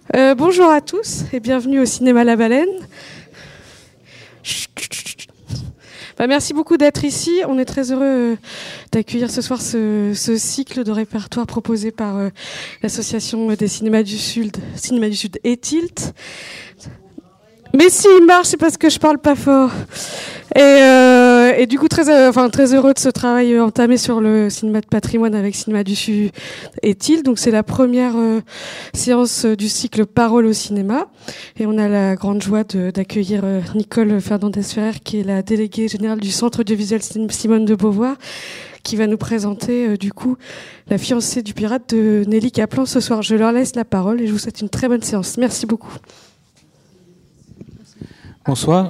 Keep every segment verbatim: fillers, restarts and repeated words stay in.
Euh, bonjour à tous et bienvenue au Cinéma La Baleine. Bah, merci beaucoup d'être ici. On est très heureux d'accueillir ce soir ce, ce cycle de répertoire proposé par euh, l'association des cinémas du Sud, Cinéma du Sud et Tilt. Mais si, il marche, c'est parce que je parle pas fort. Et, euh, et du coup, très, euh, enfin, très heureux de ce travail entamé sur le cinéma de patrimoine avec Cinéma du Sud et Tilt. Donc, c'est la première euh, séance du cycle Parole au cinéma. Et on a la grande joie de, d'accueillir euh, Nicole Fernandez-Ferrer, qui est la déléguée générale du Centre audiovisuel Simone de Beauvoir, qui va nous présenter, euh, du coup, La fiancée du pirate de Nelly Kaplan ce soir. Je leur laisse la parole et je vous souhaite une très bonne séance. Merci beaucoup. Bonsoir.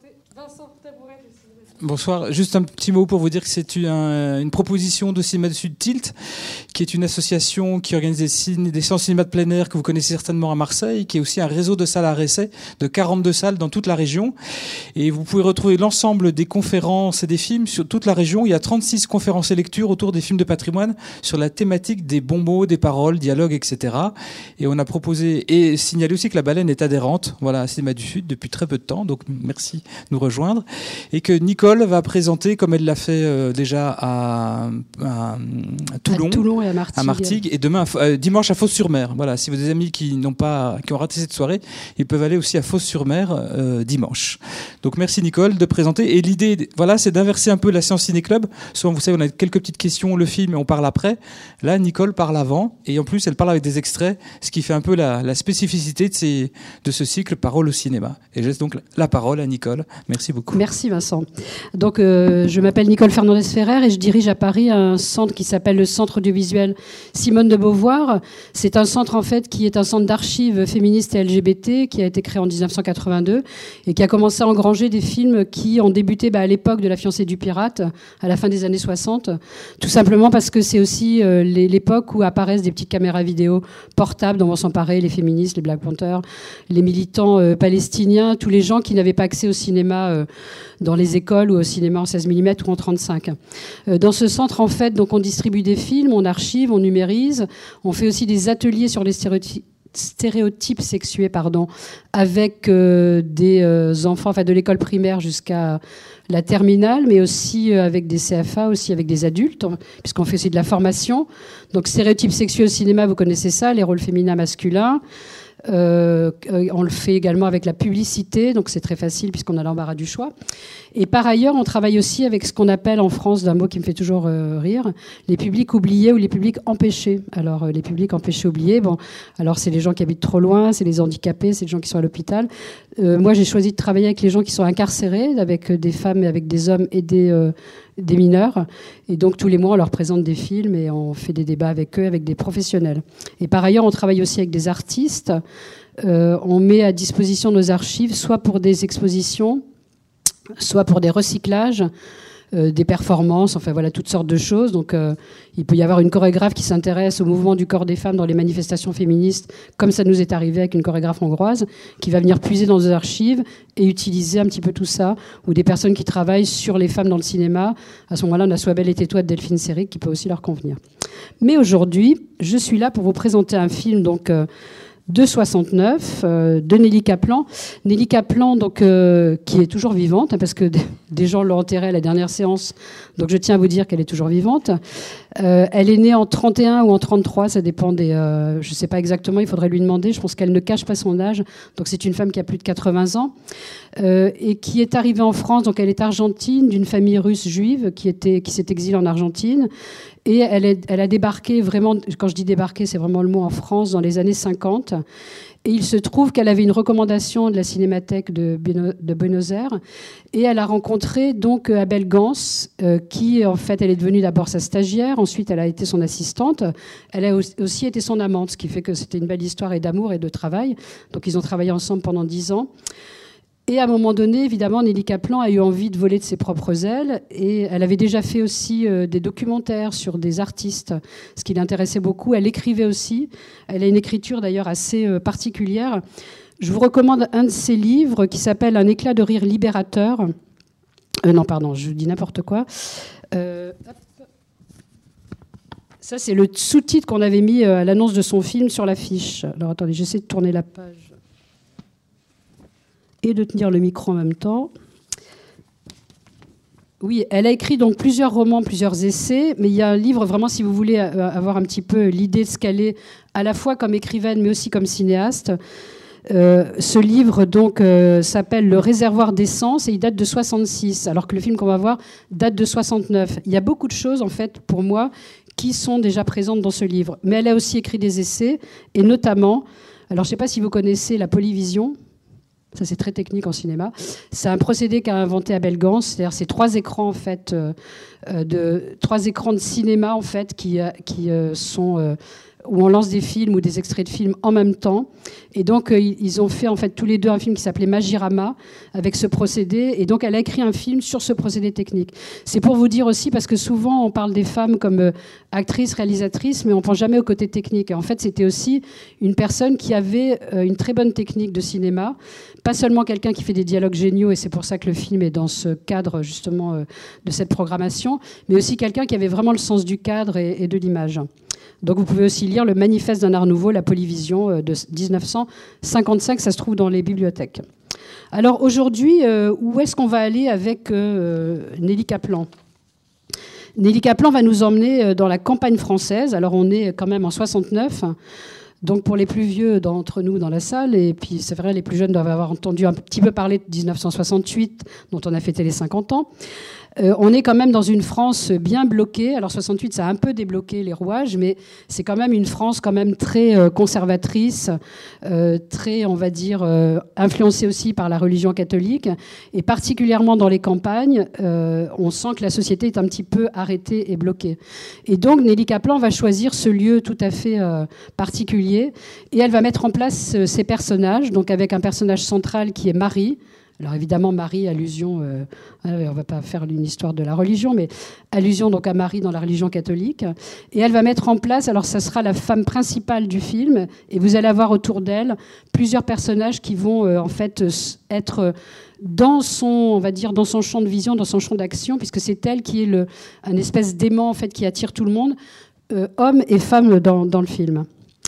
Bonsoir. Juste un petit mot pour vous dire que c'est une, une proposition de Cinéma du Sud Tilt, qui est une association qui organise des, ciné, des séances cinéma de plein air que vous connaissez certainement à Marseille, qui est aussi un réseau de salles à essai de quarante-deux salles dans toute la région. Et vous pouvez retrouver l'ensemble des conférences et des films sur toute la région. Il y a trente-six conférences et lectures autour des films de patrimoine sur la thématique des bons mots, des paroles, dialogues, et cetera. Et on a proposé et signalé aussi que la Baleine est adhérente, voilà, à Cinéma du Sud depuis très peu de temps. Donc merci de nous rejoindre. Et que Nicole va présenter, comme elle l'a fait euh, déjà à, à, à Toulon, à Toulon et à Martigues, à Martigues et demain, euh, dimanche à Fos-sur-Mer. Voilà, si vous avez des amis qui n'ont pas, qui ont raté cette soirée, ils peuvent aller aussi à Fos-sur-Mer euh, dimanche. Donc merci Nicole de présenter. Et l'idée, voilà, c'est d'inverser un peu la séance ciné-club. Souvent, vous savez, on a quelques petites questions, le film, et on parle après. Là, Nicole parle avant, et en plus, elle parle avec des extraits, ce qui fait un peu la, la spécificité de, ces, de ce cycle Parole au cinéma. Et je laisse donc la parole à Nicole. Merci beaucoup. Merci Vincent. Donc, euh, je m'appelle Nicole Fernandez-Ferrer et je dirige à Paris un centre qui s'appelle le Centre audiovisuel Simone de Beauvoir. C'est un centre, en fait, qui est un centre d'archives féministes et L G B T qui a été créé en dix-neuf cent quatre-vingt-deux et qui a commencé à engranger des films qui ont débuté bah, à l'époque de La fiancée du pirate, à la fin des années soixante. Tout simplement parce que c'est aussi euh, l'époque où apparaissent des petites caméras vidéo portables dont vont s'emparer les féministes, les Black Panthers, les militants euh, palestiniens, tous les gens qui n'avaient pas accès au cinéma euh, dans les écoles ou au cinéma en seize millimètres ou en trente-cinq. Euh, dans ce centre, en fait, donc on distribue des films, on archive, on numérise, on fait aussi des ateliers sur les stéréotypes stéréotypes sexués, pardon, avec euh, des euh, enfants, enfin de l'école primaire jusqu'à la terminale, mais aussi euh, avec des C F A, aussi avec des adultes, puisqu'on fait aussi de la formation. Donc stéréotypes sexués au cinéma, vous connaissez ça, les rôles féminins, masculins. Euh, on le fait également avec la publicité, donc c'est très facile puisqu'on a l'embarras du choix. Et par ailleurs, on travaille aussi avec ce qu'on appelle en France, d'un mot qui me fait toujours euh, rire, les publics oubliés ou les publics empêchés. Alors euh, les publics empêchés, oubliés, bon, alors c'est les gens qui habitent trop loin, c'est les handicapés, c'est les gens qui sont à l'hôpital. Euh, moi, j'ai choisi de travailler avec les gens qui sont incarcérés, avec des femmes, avec des hommes et des euh, des mineurs. Et donc, tous les mois, on leur présente des films et on fait des débats avec eux, avec des professionnels. Et par ailleurs, on travaille aussi avec des artistes. Euh, on met à disposition nos archives, soit pour des expositions, soit pour des recyclages, euh, des performances, enfin voilà, toutes sortes de choses. Donc, euh, il peut y avoir une chorégraphe qui s'intéresse au mouvement du corps des femmes dans les manifestations féministes, comme ça nous est arrivé avec une chorégraphe hongroise, qui va venir puiser dans nos archives et utiliser un petit peu tout ça, ou des personnes qui travaillent sur les femmes dans le cinéma. À ce moment-là, on a Sois belle et tais-toi de Delphine Seyrig, qui peut aussi leur convenir. Mais aujourd'hui, je suis là pour vous présenter un film, donc... Euh, de soixante-neuf, euh, de Nelly Kaplan. Nelly Kaplan, donc, euh, qui est toujours vivante, hein, parce que des gens l'ont enterrée à la dernière séance, donc je tiens à vous dire qu'elle est toujours vivante. Euh, elle est née en trente et un ou en trente-trois, ça dépend des... Euh, je ne sais pas exactement, il faudrait lui demander. Je pense qu'elle ne cache pas son âge. Donc c'est une femme qui a plus de quatre-vingts ans euh, et qui est arrivée en France. Donc elle est argentine, d'une famille russe juive qui, était, qui s'est exilée en Argentine. Et elle, est, elle a débarqué vraiment, quand je dis débarquer, c'est vraiment le mot, en France dans les années cinquante. Et il se trouve qu'elle avait une recommandation de la Cinémathèque de, de Buenos Aires. Et elle a rencontré donc Abel Gans, euh, qui en fait, elle est devenue d'abord sa stagiaire. Ensuite, elle a été son assistante. Elle a aussi été son amante, ce qui fait que c'était une belle histoire et d'amour et de travail. Donc ils ont travaillé ensemble pendant dix ans. Et à un moment donné, évidemment, Nelly Kaplan a eu envie de voler de ses propres ailes. Et elle avait déjà fait aussi euh, des documentaires sur des artistes, ce qui l'intéressait beaucoup. Elle écrivait aussi. Elle a une écriture d'ailleurs assez euh, particulière. Je vous recommande un de ses livres qui s'appelle « Un éclat de rire libérateur ». Euh, non, pardon, je dis n'importe quoi. Euh, Ça, c'est le sous-titre qu'on avait mis à l'annonce de son film sur l'affiche. Alors, attendez, j'essaie de tourner la page et de tenir le micro en même temps. Oui, elle a écrit donc plusieurs romans, plusieurs essais, mais il y a un livre, vraiment, si vous voulez avoir un petit peu l'idée de ce qu'elle est, à la fois comme écrivaine, mais aussi comme cinéaste. Euh, ce livre donc euh, s'appelle Le réservoir d'essence et il date de soixante-six, alors que le film qu'on va voir date de soixante-neuf. Il y a beaucoup de choses, en fait, pour moi, qui sont déjà présentes dans ce livre. Mais elle a aussi écrit des essais, et notamment, alors je ne sais pas si vous connaissez la polyvision. Ça, c'est très technique en cinéma. C'est un procédé qu'a inventé Abel Gance. C'est-à-dire, c'est trois écrans, en fait, euh, de, trois écrans de cinéma, en fait, qui, qui euh, sont... Euh, où on lance des films ou des extraits de films en même temps. Et donc, euh, ils ont fait, en fait, tous les deux un film qui s'appelait Magirama, avec ce procédé. Et donc, elle a écrit un film sur ce procédé technique. C'est pour vous dire aussi, parce que souvent, on parle des femmes comme euh, actrices, réalisatrices, mais on ne pense jamais au côté technique. Et en fait, c'était aussi une personne qui avait euh, une très bonne technique de cinéma. Pas seulement quelqu'un qui fait des dialogues géniaux, et c'est pour ça que le film est dans ce cadre, justement, euh, de cette programmation, mais aussi quelqu'un qui avait vraiment le sens du cadre et, et de l'image. Donc vous pouvez aussi lire le Manifeste d'un art nouveau, la Polyvision de dix-neuf cent cinquante-cinq, ça se trouve dans les bibliothèques. Alors aujourd'hui, euh, où est-ce qu'on va aller avec euh, Nelly Kaplan ? Nelly Kaplan va nous emmener dans la campagne française. Alors on est quand même en soixante-neuf, donc pour les plus vieux d'entre nous dans la salle, et puis c'est vrai, les plus jeunes doivent avoir entendu un petit peu parler de dix-neuf cent soixante-huit, dont on a fêté les cinquante ans. Euh, on est quand même dans une France bien bloquée. Alors soixante-huit, ça a un peu débloqué les rouages, mais c'est quand même une France quand même très euh, conservatrice, euh, très, on va dire, euh, influencée aussi par la religion catholique. Et particulièrement dans les campagnes, euh, on sent que la société est un petit peu arrêtée et bloquée. Et donc Nelly Kaplan va choisir ce lieu tout à fait euh, particulier, et elle va mettre en place euh, ses personnages, donc avec un personnage central qui est Marie. Alors évidemment, Marie, allusion, euh, on ne va pas faire une histoire de la religion, mais allusion donc à Marie dans la religion catholique. Et elle va mettre en place, alors ça sera la femme principale du film, et vous allez avoir autour d'elle plusieurs personnages qui vont euh, en fait être dans son, on va dire, dans son champ de vision, dans son champ d'action, puisque c'est elle qui est le, un espèce d'aimant en fait qui attire tout le monde, euh, hommes et femmes dans, dans le film.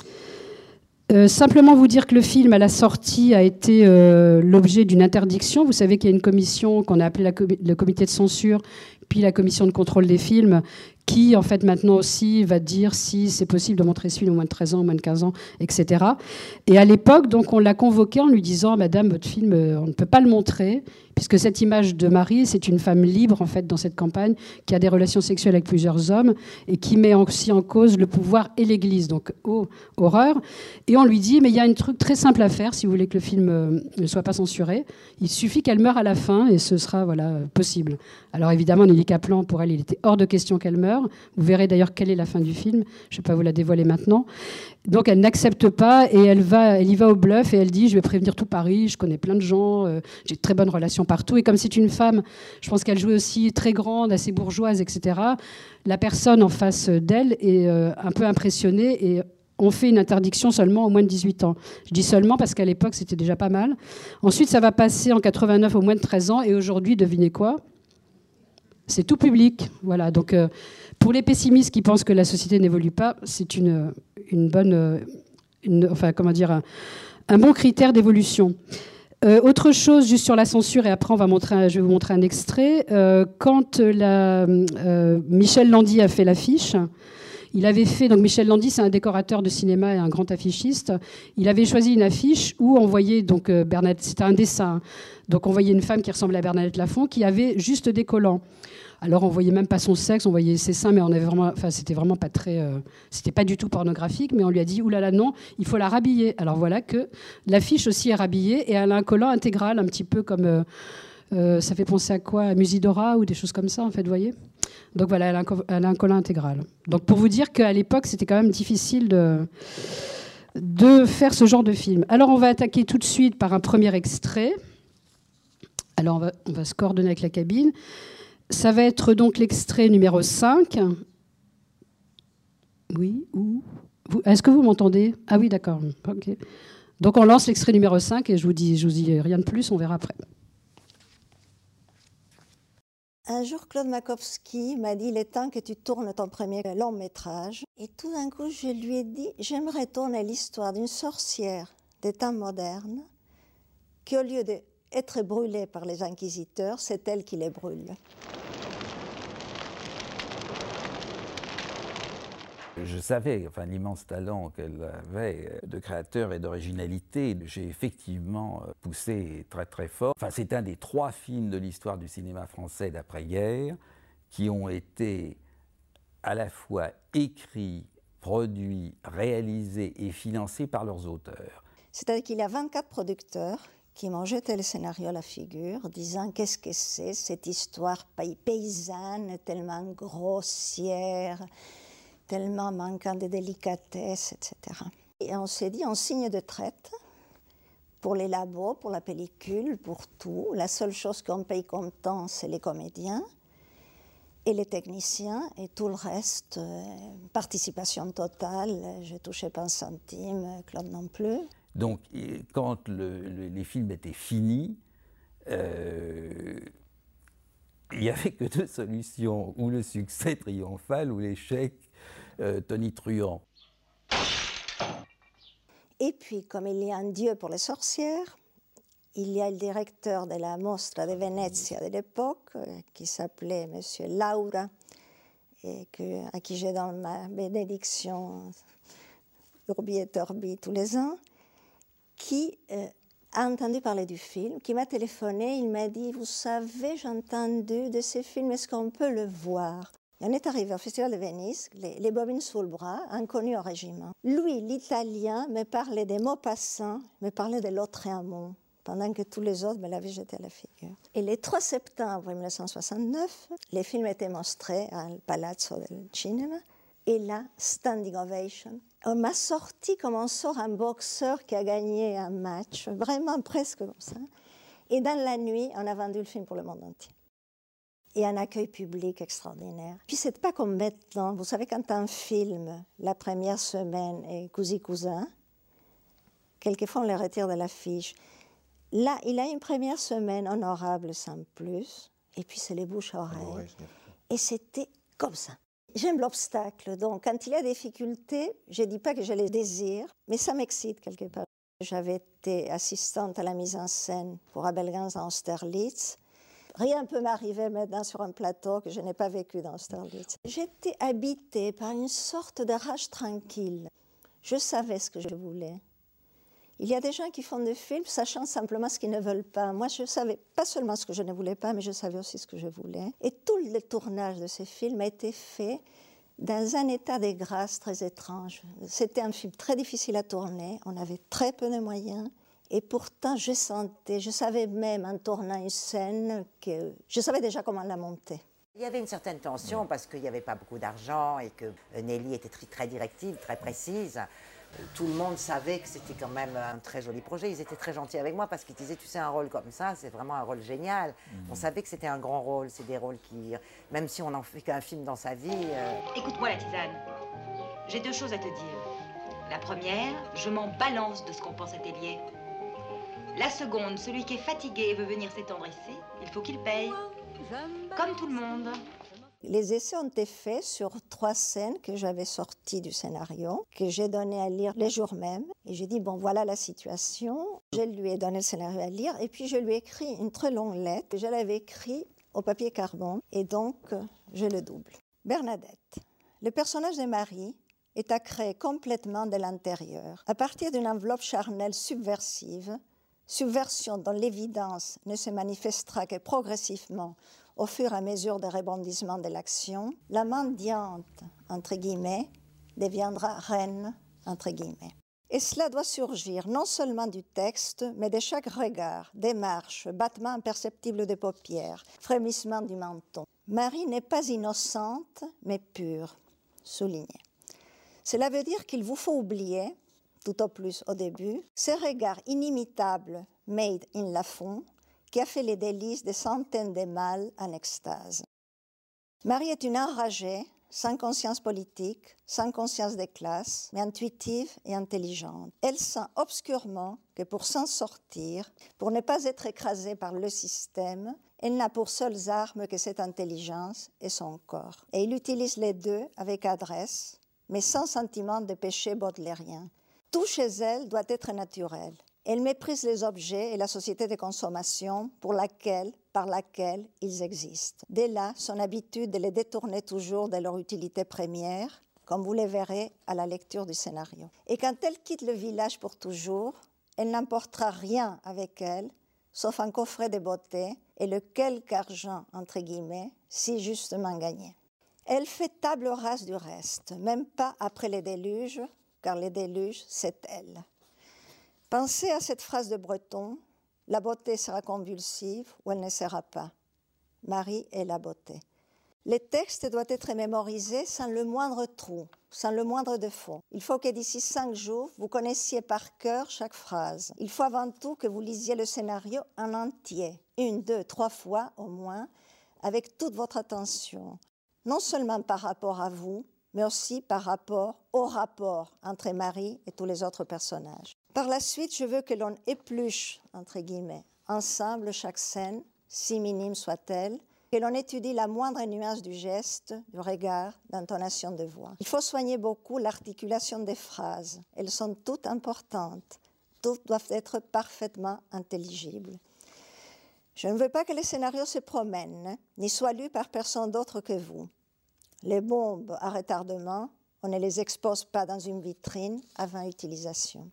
Euh, simplement vous dire que le film, à la sortie, a été euh, l'objet d'une interdiction. Vous savez qu'il y a une commission qu'on a appelée la com- le comité de censure, puis la commission de contrôle des films, qui, en fait, maintenant aussi, va dire si c'est possible de montrer ce film au moins de treize ans, au moins de quinze ans, et cetera. Et à l'époque, donc, on l'a convoquée en lui disant « Madame, votre film, euh, on ne peut pas le montrer », puisque cette image de Marie, c'est une femme libre, en fait, dans cette campagne, qui a des relations sexuelles avec plusieurs hommes, et qui met aussi en cause le pouvoir et l'Église. Donc, oh, horreur. Et on lui dit « Mais il y a un truc très simple à faire, si vous voulez que le film euh, ne soit pas censuré. Il suffit qu'elle meure à la fin, et ce sera, voilà, possible. » Alors, évidemment, Nelly Kaplan, pour elle, il était hors de question qu'elle meure. Vous verrez d'ailleurs quelle est la fin du film. Je ne vais pas vous la dévoiler maintenant. Donc elle n'accepte pas et elle, va, elle y va au bluff et elle dit « Je vais prévenir tout Paris, je connais plein de gens, euh, j'ai de très bonnes relations partout. » Et comme c'est une femme, je pense qu'elle joue aussi très grande, assez bourgeoise, et cetera. La personne en face d'elle est euh, un peu impressionnée et on fait une interdiction seulement au moins de dix-huit ans. Je dis seulement parce qu'à l'époque, c'était déjà pas mal. Ensuite, ça va passer en quatre-vingt-neuf au moins de treize ans et aujourd'hui, devinez quoi ? C'est tout public. Voilà, donc... Euh, Pour les pessimistes qui pensent que la société n'évolue pas, c'est une, une bonne, une, enfin comment dire, un, un bon critère d'évolution. Euh, autre chose, juste sur la censure, et après on va montrer, je vais vous montrer un extrait. Euh, quand la, euh, Michel Landy a fait l'affiche, il avait fait, donc Michel Landy, c'est un décorateur de cinéma et un grand affichiste. Il avait choisi une affiche où on voyait donc euh, Bernadette, c'était un dessin, donc on voyait une femme qui ressemblait à Bernadette Lafont, qui avait juste des collants. Alors on voyait même pas son sexe, on voyait ses seins, mais on avait vraiment, enfin c'était vraiment pas très, euh, c'était pas du tout pornographique, mais on lui a dit oulala non, il faut la rhabiller. Alors voilà que l'affiche aussi est rhabillée et elle a un collant intégral, un petit peu comme, euh, euh, ça fait penser à quoi, à Musidora ou des choses comme ça en fait, vous voyez. Donc voilà, elle a, un, elle a un collant intégral. Donc pour vous dire qu'à l'époque c'était quand même difficile de de faire ce genre de film. Alors on va attaquer tout de suite par un premier extrait. Alors on va, on va se coordonner avec la cabine. Ça va être donc l'extrait numéro cinq. Oui, ou est-ce que vous m'entendez ? Ah oui, d'accord. Okay. Donc on lance l'extrait numéro cinq et je vous dis, je vous dis rien de plus, on verra après. Un jour, Claude Makowski m'a dit « Il est temps que tu tournes ton premier long métrage ». Et tout d'un coup, je lui ai dit « J'aimerais tourner l'histoire d'une sorcière des temps modernes qui, au lieu d'être brûlée par les inquisiteurs, c'est elle qui les brûle ». Je savais enfin, l'immense talent qu'elle avait de créateur et d'originalité. J'ai effectivement poussé très très fort. Enfin, c'est un des trois films de l'histoire du cinéma français d'après-guerre qui ont été à la fois écrits, produits, réalisés et financés par leurs auteurs. C'est-à-dire qu'il y a vingt-quatre producteurs qui m'ont jeté le scénario à la figure, disant « Qu'est-ce que c'est cette histoire paysanne, tellement grossière ?» tellement manquant de délicatesse, et cetera. Et on s'est dit, en signe de traite, pour les labos, pour la pellicule, pour tout, la seule chose qu'on paye comptant, c'est les comédiens et les techniciens, et tout le reste, euh, participation totale, je touchais pas un centime, Claude non plus. Donc, quand le, le, les films étaient finis, euh, il n'y avait que deux solutions, ou le succès triomphal ou l'échec euh, tonitruant. Et puis, comme il y a un dieu pour les sorcières, il y a le directeur de la Mostra de Venezia de l'époque, euh, qui s'appelait Monsieur Laura, et que, à qui j'ai dans ma bénédiction Urbi et Orbi tous les ans, qui euh, a entendu parler du film, qui m'a téléphoné, il m'a dit « Vous savez, j'ai entendu de ces films, est-ce qu'on peut le voir ?» Et on est arrivé au Festival de Venise, les, les bobines sous le bras, inconnus au régiment. Lui, l'Italien, me parlait des mots passants, me parlait de Lautréamont, pendant que tous les autres me l'avaient jeté à la figure. Et le trois septembre mille neuf cent soixante-neuf, les films étaient montrés al Palazzo del Cinema, et là, standing ovation. On m'a sorti comme on sort un boxeur qui a gagné un match, vraiment presque comme ça. Et dans la nuit, on a vendu le film pour le monde entier. Et un accueil public extraordinaire. Puis c'est pas comme maintenant, vous savez, quand un film, la première semaine est cousi-cousin, quelquefois on les retire de l'affiche. Là, il a une première semaine honorable sans plus, et puis c'est les bouches à oreille. Et c'était comme ça. J'aime l'obstacle, donc quand il y a des difficultés, je ne dis pas que je les désire, mais ça m'excite quelque part. J'avais été assistante à la mise en scène pour Abel Gance à Austerlitz. Rien ne peut m'arriver maintenant sur un plateau que je n'ai pas vécu dans Austerlitz. J'étais habitée par une sorte de rage tranquille. Je savais ce que je voulais. Il y a des gens qui font des films sachant simplement ce qu'ils ne veulent pas. Moi, je savais pas seulement ce que je ne voulais pas, mais je savais aussi ce que je voulais. Et tout le tournage de ces films a été fait dans un état de grâce très étrange. C'était un film très difficile à tourner, on avait très peu de moyens, et pourtant je sentais, je savais même en tournant une scène que je savais déjà comment la monter. Il y avait une certaine tension parce qu'il n'y avait pas beaucoup d'argent et que Nelly était très, très directive, très précise. Tout le monde savait que c'était quand même un très joli projet. Ils étaient très gentils avec moi parce qu'ils disaient, tu sais, un rôle comme ça, c'est vraiment un rôle génial. Mmh. On savait que c'était un grand rôle. C'est des rôles qui, même si on n'en fait qu'un film dans sa vie... Euh... Écoute-moi la tisane, j'ai deux choses à te dire. La première, je m'en balance de ce qu'on pense à tes liés. La seconde, celui qui est fatigué et veut venir s'étendre ici, il faut qu'il paye. Comme tout le monde. Les essais ont été faits sur trois scènes que j'avais sorties du scénario, que j'ai donné à lire les jours même. Et j'ai dit, bon, voilà la situation. Je lui ai donné le scénario à lire et puis je lui ai écrit une très longue lettre. Je l'avais écrit au papier carbone et donc je le double. Bernadette, le personnage de Marie est à créer complètement de l'intérieur. À partir d'une enveloppe charnelle subversive, subversion dont l'évidence ne se manifestera que progressivement au fur et à mesure des rebondissements de l'action, la mendiante, entre guillemets, deviendra reine, entre guillemets. Et cela doit surgir non seulement du texte, mais de chaque regard, démarche, battement imperceptible des paupières, frémissement du menton. Marie n'est pas innocente, mais pure, souligné. Cela veut dire qu'il vous faut oublier, tout au plus au début, ce regard inimitable, made in Lafon, qui a fait les délices de centaines de mâles en extase. Marie est une enragée, sans conscience politique, sans conscience des classes, mais intuitive et intelligente. Elle sent obscurement que pour s'en sortir, pour ne pas être écrasée par le système, elle n'a pour seules armes que cette intelligence et son corps. Et il utilise les deux avec adresse, mais sans sentiment de péché baudelairien. Tout chez elle doit être naturel. Elle méprise les objets et la société de consommation pour laquelle, par laquelle ils existent. Dès là, son habitude de les détourner toujours de leur utilité première, comme vous le verrez à la lecture du scénario. Et quand elle quitte le village pour toujours, elle n'emportera rien avec elle, sauf un coffret de beauté et le quelque argent, entre guillemets, si justement gagné. Elle fait table rase du reste, même pas après les déluges, car les déluges, c'est elle. Pensez à cette phrase de Breton, « La beauté sera convulsive ou elle ne sera pas. Marie est la beauté ». Le texte doit être mémorisé sans le moindre trou, sans le moindre défaut. Il faut que d'ici cinq jours, vous connaissiez par cœur chaque phrase. Il faut avant tout que vous lisiez le scénario en entier, une, deux, trois fois au moins, avec toute votre attention. Non seulement par rapport à vous, mais aussi par rapport au rapport entre Marie et tous les autres personnages. Par la suite, je veux que l'on épluche, entre guillemets, ensemble chaque scène, si minime soit-elle, que l'on étudie la moindre nuance du geste, du regard, d'intonation de voix. Il faut soigner beaucoup l'articulation des phrases. Elles sont toutes importantes. Toutes doivent être parfaitement intelligibles. Je ne veux pas que les scénarios se promènent, ni soient lus par personne d'autre que vous. Les bombes à retardement, on ne les expose pas dans une vitrine avant utilisation.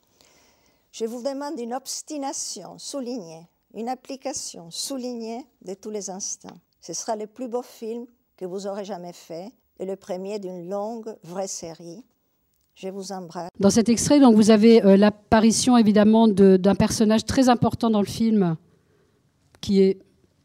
Je vous demande une obstination soulignée, une application soulignée de tous les instants. Ce sera le plus beau film que vous aurez jamais fait et le premier d'une longue, vraie série. Je vous embrasse. Dans cet extrait, donc, vous avez euh, l'apparition évidemment de, d'un personnage très important dans le film, qui est...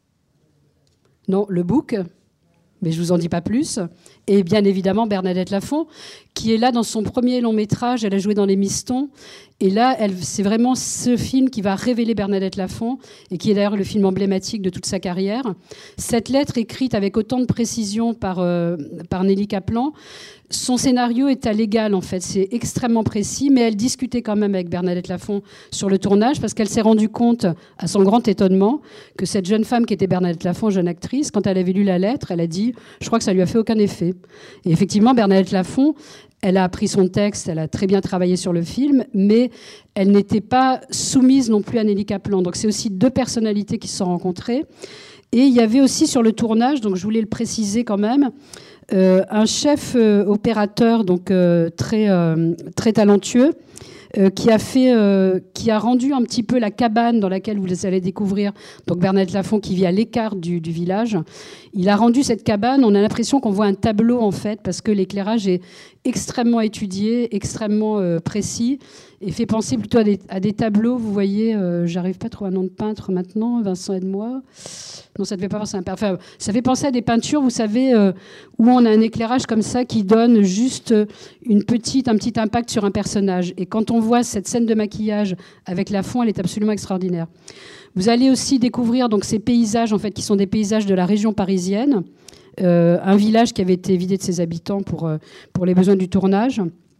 Non, le bouc, mais je ne vous en dis pas plus. Et bien évidemment Bernadette Lafont, qui est là dans son premier long métrage. Elle a joué dans Les Mistons. Et là, elle, c'est vraiment ce film qui va révéler Bernadette Lafont, et qui est d'ailleurs le film emblématique de toute sa carrière. Cette lettre écrite avec autant de précision par, euh, par Nelly Kaplan, son scénario est à l'égal en fait, c'est extrêmement précis, mais elle discutait quand même avec Bernadette Lafont sur le tournage, parce qu'elle s'est rendue compte, à son grand étonnement, que cette jeune femme qui était Bernadette Lafont, jeune actrice, quand elle avait lu la lettre, elle a dit « je crois que ça lui a fait aucun effet ». Et effectivement, Bernadette Lafont, elle a appris son texte, elle a très bien travaillé sur le film, mais elle n'était pas soumise non plus à Nelly Kaplan. Donc c'est aussi deux personnalités qui se sont rencontrées. Et il y avait aussi sur le tournage, donc je voulais le préciser quand même, euh, un chef euh, opérateur donc euh, très euh, très talentueux, euh, qui a fait, euh, qui a rendu un petit peu la cabane dans laquelle vous allez découvrir donc Bernadette Lafont, qui vit à l'écart du, du village. Il a rendu cette cabane, on a l'impression qu'on voit un tableau en fait, parce que l'éclairage est extrêmement étudié, extrêmement euh, précis, et fait penser plutôt à des, à des tableaux. Vous voyez, euh, j'arrive pas à trouver un nom de peintre maintenant, Vincent aide-moi. Non, ça ne fait pas penser à un peintre. Enfin, ça fait penser à des peintures, vous savez, euh, où on a un éclairage comme ça qui donne juste une petite, un petit impact sur un personnage. Et quand on voit cette scène de maquillage avec Lafont, elle est absolument extraordinaire. Vous allez aussi découvrir donc ces paysages, en fait, qui sont des paysages de la région parisienne, euh, un village qui avait été vidé de ses habitants pour, euh, pour les besoins du tournage.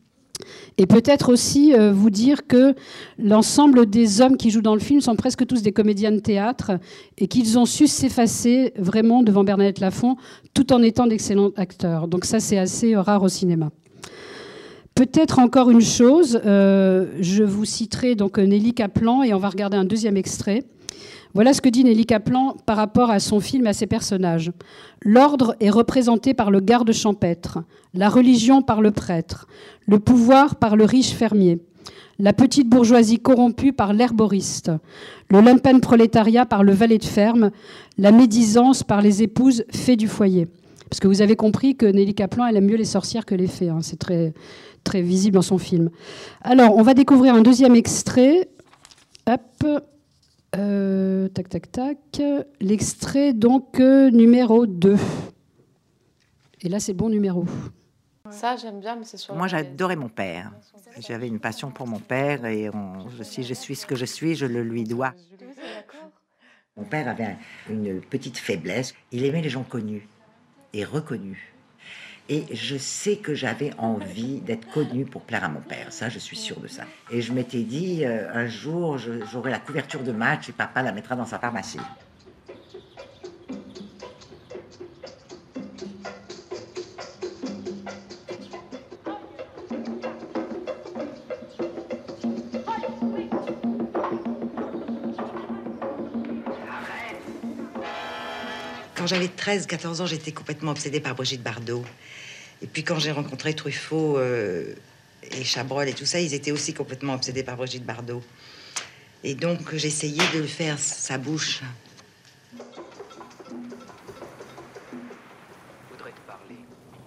Et peut-être aussi euh, vous dire que l'ensemble des hommes qui jouent dans le film sont presque tous des comédiens de théâtre, et qu'ils ont su s'effacer vraiment devant Bernadette Lafont, tout en étant d'excellents acteurs. Donc ça, c'est assez rare au cinéma. Peut-être encore une chose, euh, je vous citerai donc Nelly Kaplan, et on va regarder un deuxième extrait. Voilà ce que dit Nelly Kaplan par rapport à son film et à ses personnages. L'ordre est représenté par le garde champêtre, la religion par le prêtre, le pouvoir par le riche fermier, la petite bourgeoisie corrompue par l'herboriste, le lumpen prolétariat par le valet de ferme, la médisance par les épouses fées du foyer. Parce que vous avez compris que Nelly Kaplan, elle aime mieux les sorcières que les fées. Hein. C'est très, très visible dans son film. Alors, on va découvrir un deuxième extrait. Hop. Euh, tac, tac, tac. L'extrait, donc, euh, numéro deux. Et là, c'est le bon numéro. Ça, j'aime bien, mais c'est sur... Moi, j'adorais mon père. J'avais une passion pour mon père, et on, si je suis ce que je suis, je le lui dois. Mon père avait une petite faiblesse. Il aimait les gens connus et reconnus. Et je sais que j'avais envie d'être connue pour plaire à mon père. Ça, je suis sûre de ça. Et je m'étais dit, euh, un jour, je, j'aurai la couverture de match et papa la mettra dans sa pharmacie. quand j'avais treize quatorze ans, j'étais complètement obsédée par Brigitte Bardot. Et puis quand j'ai rencontré Truffaut euh, et Chabrol et tout ça, ils étaient aussi complètement obsédés par Brigitte Bardot. Et donc j'essayais de faire sa bouche. Je voudrais te parler.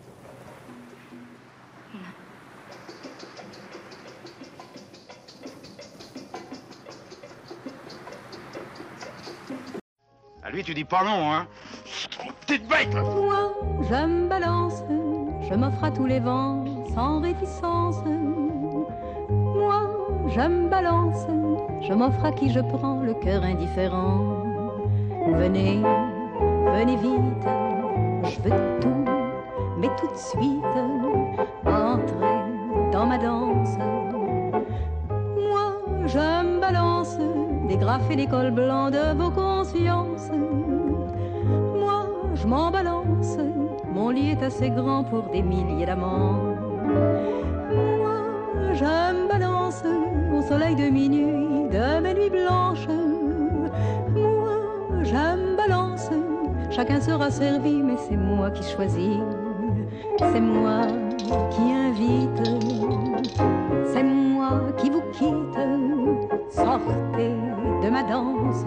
À lui, tu dis pas non, hein? Petite bête! Moi, je me balance, je m'offre à tous les vents, sans réticence. Moi, je me balance, je m'offre à qui je prends, le cœur indifférent. Venez, venez vite, je veux tout, mais tout de suite, entrez dans ma danse. Moi, je me balance, dégrafer les cols blancs de vos consciences. Moi, je m'en balance, mon lit est assez grand pour des milliers d'amants. Moi, je me balance au soleil de minuit, de mes nuits blanches. Moi, je me balance, chacun sera servi, mais c'est moi qui choisis. C'est moi qui invite, c'est moi qui vous quitte. Sortez de ma danse.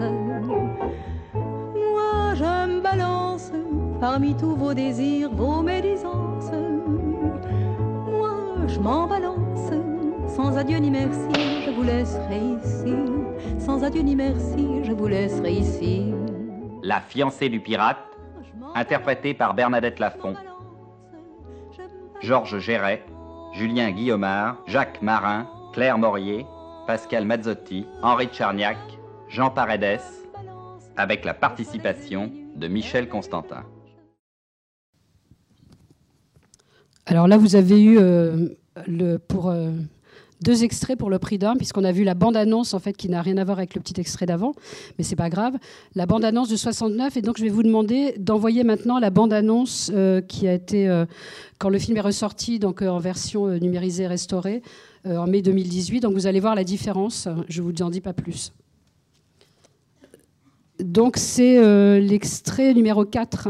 Moi, je me balance parmi tous vos désirs, vos médisances. Moi, je m'en balance. Sans adieu ni merci, je vous laisserai ici. Sans adieu ni merci, je vous laisserai ici. La fiancée du pirate, interprétée par Bernadette Lafont. Georges Géret, Julien Guillaumard, Jacques Marin, Claire Morier, Pascal Mazzotti, Henri Tcherniak, Jean Paredes, avec la participation de Michel Constantin. Alors là, vous avez eu euh, le, pour, euh, deux extraits pour le prix d'un, puisqu'on a vu la bande-annonce en fait, qui n'a rien à voir avec le petit extrait d'avant, mais c'est pas grave. La bande-annonce de soixante-neuf, et donc je vais vous demander d'envoyer maintenant la bande-annonce euh, qui a été, euh, quand le film est ressorti, donc euh, en version euh, numérisée et restaurée, euh, en mai deux mille dix-huit. Donc vous allez voir la différence, je vous en dis pas plus. Donc c'est euh, l'extrait numéro quatre.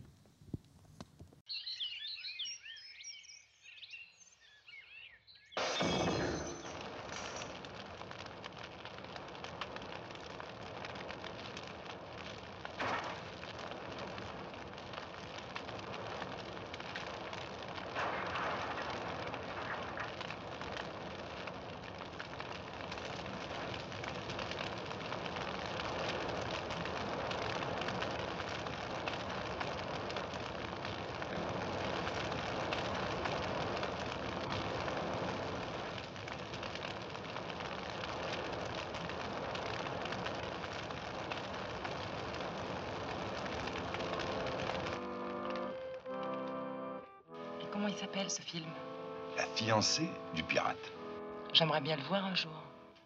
Comment il s'appelle, ce film? La fiancée du pirate. J'aimerais bien le voir un jour.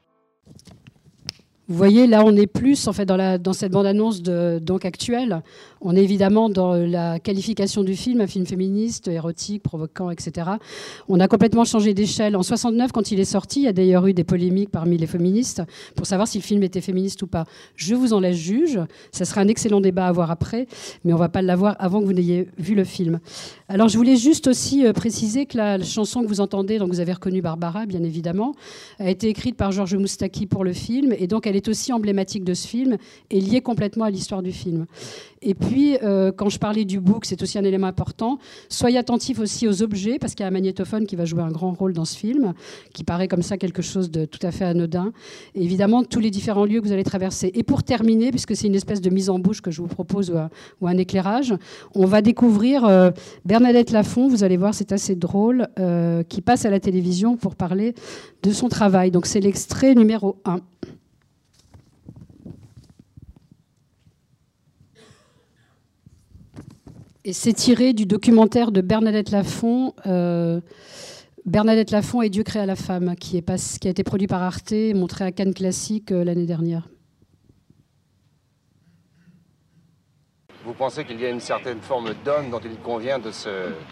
Vous voyez, là, on est plus en fait dans, la, dans cette bande-annonce de, donc actuelle. On est évidemment dans la qualification du film, un film féministe, érotique, provoquant, et cetera. On a complètement changé d'échelle. En soixante-neuf, quand il est sorti, il y a d'ailleurs eu des polémiques parmi les féministes pour savoir si le film était féministe ou pas. Je vous en laisse juge. Ça sera un excellent débat à voir après, mais on ne va pas l'avoir avant que vous n'ayez vu le film. Alors, je voulais juste aussi euh, préciser que la, la chanson que vous entendez, donc vous avez reconnu Barbara, bien évidemment, a été écrite par Georges Moustaki pour le film, et donc elle est aussi emblématique de ce film et liée complètement à l'histoire du film. Et puis, euh, quand je parlais du book, c'est aussi un élément important. Soyez attentifs aussi aux objets, parce qu'il y a un magnétophone qui va jouer un grand rôle dans ce film, qui paraît comme ça quelque chose de tout à fait anodin. Et évidemment, tous les différents lieux que vous allez traverser. Et pour terminer, puisque c'est une espèce de mise en bouche que je vous propose, ou un, ou un éclairage, on va découvrir euh, Bernadette Lafont, vous allez voir, c'est assez drôle, euh, qui passe à la télévision pour parler de son travail. Donc c'est l'extrait numéro un. Et c'est tiré du documentaire de Bernadette Lafont, euh, Bernadette Lafont et Dieu créa la femme, qui, est pas, qui a été produit par Arte et montré à Cannes Classique euh, l'année dernière. Vous pensez qu'il y a une certaine forme d'homme dont il convient de se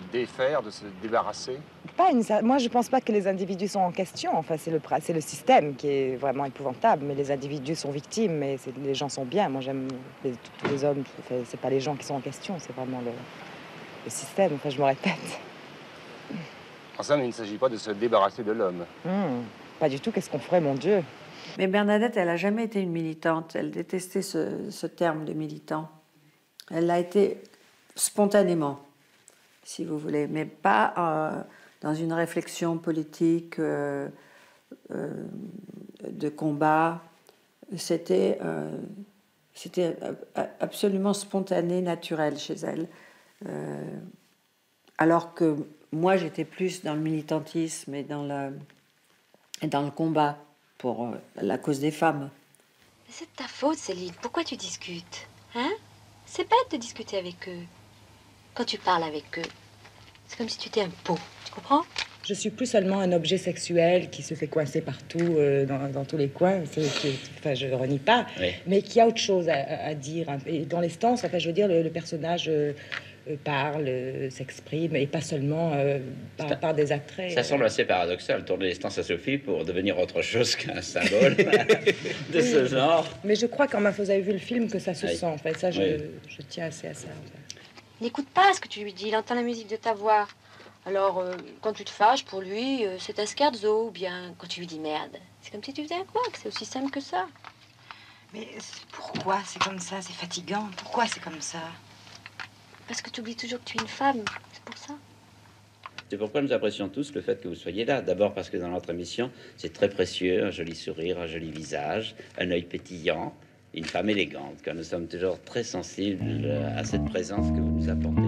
défaire, de se débarrasser? Pas une, moi, je ne pense pas que les individus sont en question. Enfin, c'est le, c'est le système qui est vraiment épouvantable. Mais les individus sont victimes, mais les gens sont bien. Moi, j'aime les, tous les hommes. C'est pas les gens qui sont en question, c'est vraiment le, le système. Enfin, je me répète. En somme, il ne s'agit pas de se débarrasser de l'homme. Mmh, pas du tout. Qu'est-ce qu'on ferait, mon Dieu? Mais Bernadette, elle n'a jamais été une militante. Elle détestait ce, ce terme de militant. Elle l'a été spontanément, si vous voulez, mais pas euh, dans une réflexion politique euh, euh, de combat. C'était euh, c'était absolument spontané, naturel chez elle. Euh, alors que moi, j'étais plus dans le militantisme et dans le, et dans le combat pour euh, la cause des femmes. Mais c'est de ta faute, Céline. Pourquoi tu discutes, hein? C'est bête de discuter avec eux. Quand tu parles avec eux, c'est comme si tu étais un pot. Tu comprends? Je suis plus seulement un objet sexuel qui se fait coincer partout, euh, dans, dans tous les coins. C'est, c'est, enfin, je ne renie pas. Oui. Mais qui a autre chose à, à dire. Et dans les stances, enfin, je veux dire, le, le personnage euh, parle, euh, s'exprime, et pas seulement euh, par, par des attraits. Ça semble assez paradoxal, tourner les stances à Sophie pour devenir autre chose qu'un symbole de ce genre. Mais je crois, quand vous avez vu le film, que ça se oui. sent. En fait, ça, je, oui. je tiens assez à ça. En fait. N'écoute pas ce que tu lui dis, il entend la musique de ta voix. Alors, euh, quand tu te fâches pour lui, euh, c'est un scherzo, ou bien quand tu lui dis merde. C'est comme si tu faisais un couac, c'est aussi simple que ça. Mais pourquoi c'est comme ça? C'est fatigant. Pourquoi c'est comme ça? Parce que tu oublies toujours que tu es une femme, c'est pour ça. C'est pourquoi nous apprécions tous le fait que vous soyez là. D'abord parce que dans notre émission, c'est très précieux, un joli sourire, un joli visage, un œil pétillant, une femme élégante, car nous sommes toujours très sensibles à cette présence que vous nous apportez.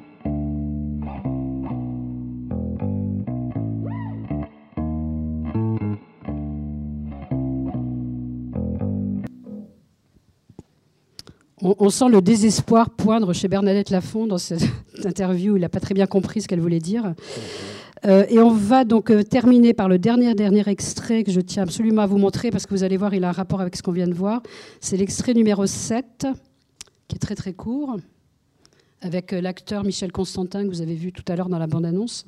On, on sent le désespoir poindre chez Bernadette Lafont dans cette interview où il n'a pas très bien compris ce qu'elle voulait dire. Euh, et on va donc euh, terminer par le dernier, dernier extrait que je tiens absolument à vous montrer parce que vous allez voir, il a un rapport avec ce qu'on vient de voir. C'est l'extrait numéro sept, qui est très très court, avec euh, l'acteur Michel Constantin que vous avez vu tout à l'heure dans la bande-annonce.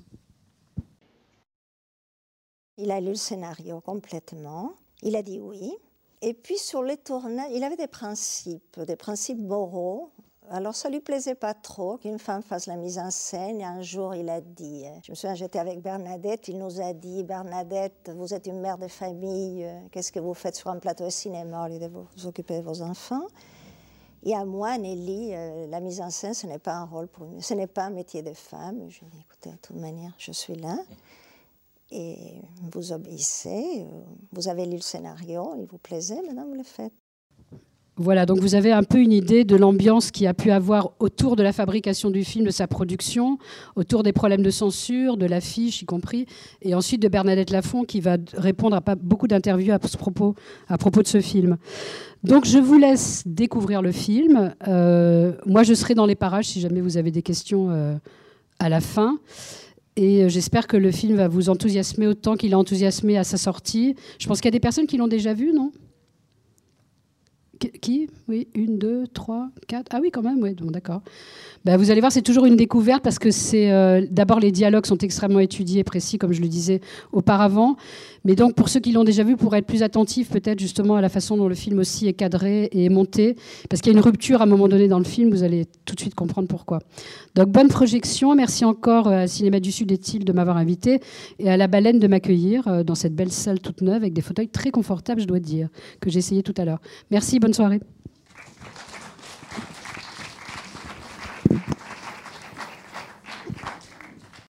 Il a lu le scénario complètement, il a dit oui. Et puis sur les tournages, il avait des principes, des principes moraux. Alors ça lui plaisait pas trop qu'une femme fasse la mise en scène. Et un jour, il a dit, je me souviens, j'étais avec Bernadette, il nous a dit, Bernadette, vous êtes une mère de famille, qu'est-ce que vous faites sur un plateau de cinéma au lieu de vous occuper de vos enfants? Et à moi, Nelly, euh, la mise en scène, ce n'est pas un rôle pour nous, ce n'est pas un métier de femme. Je lui ai dit, écoutez, de toute manière, je suis là. Et vous obéissez, vous avez lu le scénario, il vous plaisait, maintenant vous le faites. Voilà, donc vous avez un peu une idée de l'ambiance qu'il y a pu avoir autour de la fabrication du film, de sa production, autour des problèmes de censure, de l'affiche y compris, et ensuite de Bernadette Lafont qui va répondre à pas beaucoup d'interviews à ce propos, à propos de ce film. Donc je vous laisse découvrir le film. Euh, moi je serai dans les parages si jamais vous avez des questions euh, à la fin. Et j'espère que le film va vous enthousiasmer autant qu'il a enthousiasmé à sa sortie. Je pense qu'il y a des personnes qui l'ont déjà vu, non? Qui? Oui, une, deux, trois, quatre. Ah oui, quand même, oui, bon, d'accord. Ben, vous allez voir, c'est toujours une découverte parce que c'est euh, d'abord les dialogues sont extrêmement étudiés, précis, comme je le disais auparavant. Mais donc, pour ceux qui l'ont déjà vu, pour être plus attentifs peut-être justement à la façon dont le film aussi est cadré et est monté, parce qu'il y a une rupture à un moment donné dans le film, vous allez tout de suite comprendre pourquoi. Donc, bonne projection. Merci encore à Cinéma du Sud et Thiel de m'avoir invité et à La Baleine de m'accueillir dans cette belle salle toute neuve avec des fauteuils très confortables, je dois dire, que j'ai essayé tout à l'heure. Merci, bonne soirée.